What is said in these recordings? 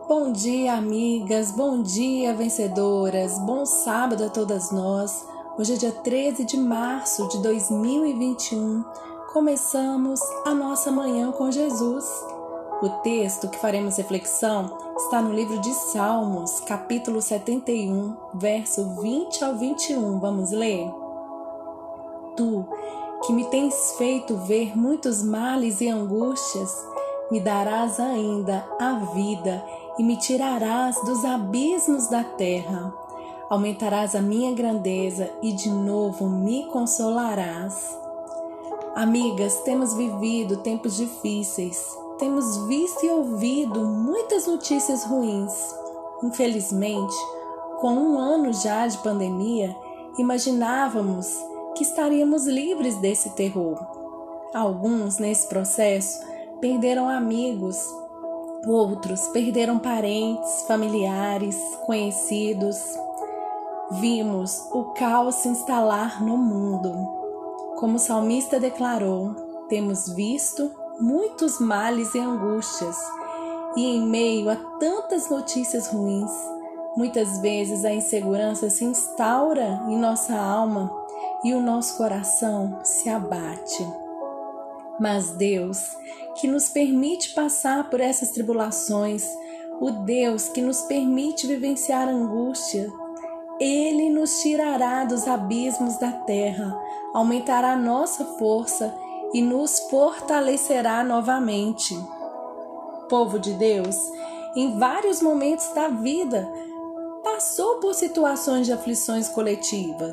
Bom dia, amigas, bom dia, vencedoras, bom sábado a todas nós. Hoje é dia 13 de março de 2021. Começamos a nossa manhã com Jesus. O texto que faremos reflexão está no livro de Salmos, capítulo 71, verso 20 ao 21. Vamos ler? Tu, que me tens feito ver muitos males e angústias, me darás ainda a vida e me tirarás dos abismos da terra. Aumentarás a minha grandeza e de novo me consolarás. Amigas, temos vivido tempos difíceis. Temos visto e ouvido muitas notícias ruins. Infelizmente, com um ano já de pandemia, imaginávamos que estaríamos livres desse terror. Alguns, nesse processo, perderam amigos, outros perderam parentes, familiares, conhecidos. Vimos o caos se instalar no mundo. Como o salmista declarou, temos visto muitos males e angústias, e em meio a tantas notícias ruins, muitas vezes a insegurança se instaura em nossa alma e o nosso coração se abate. Mas Deus, que nos permite passar por essas tribulações, o Deus que nos permite vivenciar a angústia, Ele nos tirará dos abismos da terra, aumentará nossa força e nos fortalecerá novamente. Povo de Deus, em vários momentos da vida, passou por situações de aflições coletivas,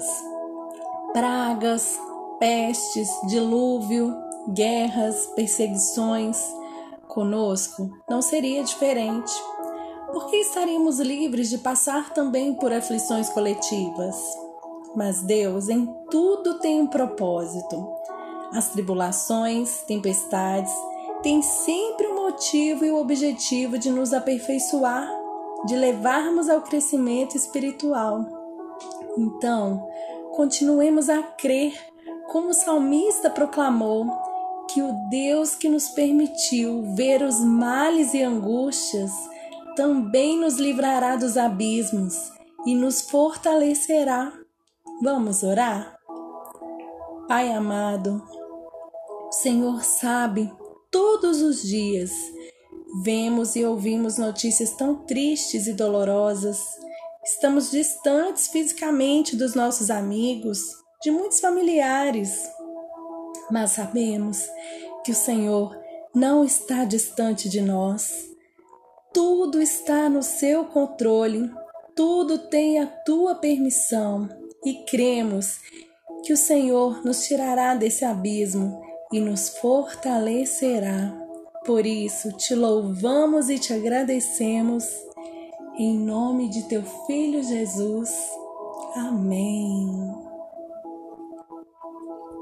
pragas, pestes, dilúvio, guerras, perseguições. Conosco não seria diferente. Por que estaríamos livres de passar também por aflições coletivas? Mas Deus em tudo tem um propósito. As tribulações, tempestades, têm sempre um motivo e o objetivo de nos aperfeiçoar, de levarmos ao crescimento espiritual. Então, continuemos a crer, como o salmista proclamou, que o Deus que nos permitiu ver os males e angústias também nos livrará dos abismos e nos fortalecerá. Vamos orar? Pai amado, o Senhor sabe, todos os dias vemos e ouvimos notícias tão tristes e dolorosas. Estamos distantes fisicamente dos nossos amigos, de muitos familiares, mas sabemos que o Senhor não está distante de nós. Tudo está no seu controle, tudo tem a tua permissão e cremos que o Senhor nos tirará desse abismo e nos fortalecerá. Por isso, te louvamos e te agradecemos, em nome de teu Filho Jesus. Amém.